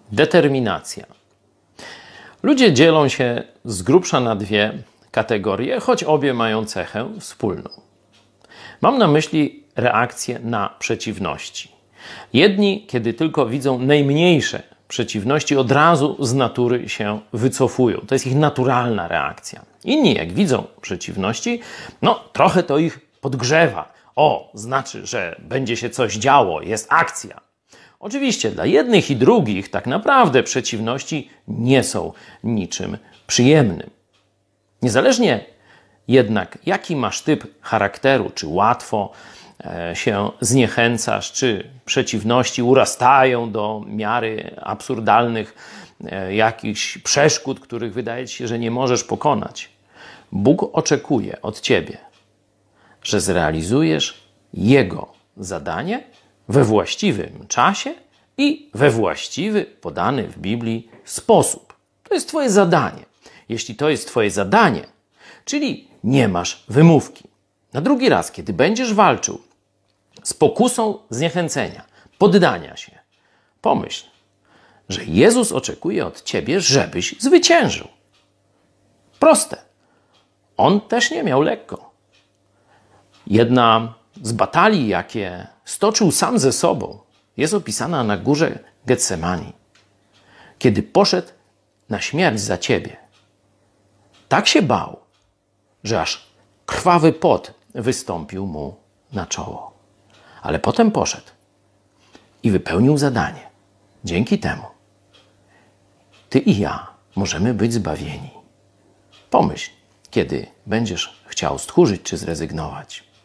Determinacja. Ludzie dzielą się z grubsza na dwie kategorie, choć obie mają cechę wspólną. Mam na myśli reakcje na przeciwności. Jedni, kiedy tylko widzą najmniejsze przeciwności, od razu z natury się wycofują. To jest ich naturalna reakcja. Inni, jak widzą przeciwności, trochę to ich podgrzewa. Znaczy, że będzie się coś działo, jest akcja. Oczywiście dla jednych i drugich tak naprawdę przeciwności nie są niczym przyjemnym. Niezależnie jednak, jaki masz typ charakteru, czy łatwo się zniechęcasz, czy przeciwności urastają do miary absurdalnych jakichś przeszkód, których wydaje ci się, że nie możesz pokonać. Bóg oczekuje od ciebie, że zrealizujesz Jego zadanie we właściwym czasie i we właściwy, podany w Biblii sposób. To jest twoje zadanie. Jeśli to jest twoje zadanie, czyli nie masz wymówki. Na drugi raz, kiedy będziesz walczył z pokusą zniechęcenia, poddania się, pomyśl, że Jezus oczekuje od ciebie, żebyś zwyciężył. Proste. On też nie miał lekko. Jedna z batalii, jakie stoczył sam ze sobą, jest opisana na górze Getsemani, kiedy poszedł na śmierć za ciebie. Tak się bał, że aż krwawy pot wystąpił mu na czoło. Ale potem poszedł i wypełnił zadanie. Dzięki temu ty i ja możemy być zbawieni. Pomyśl, kiedy będziesz chciał stchórzyć czy zrezygnować.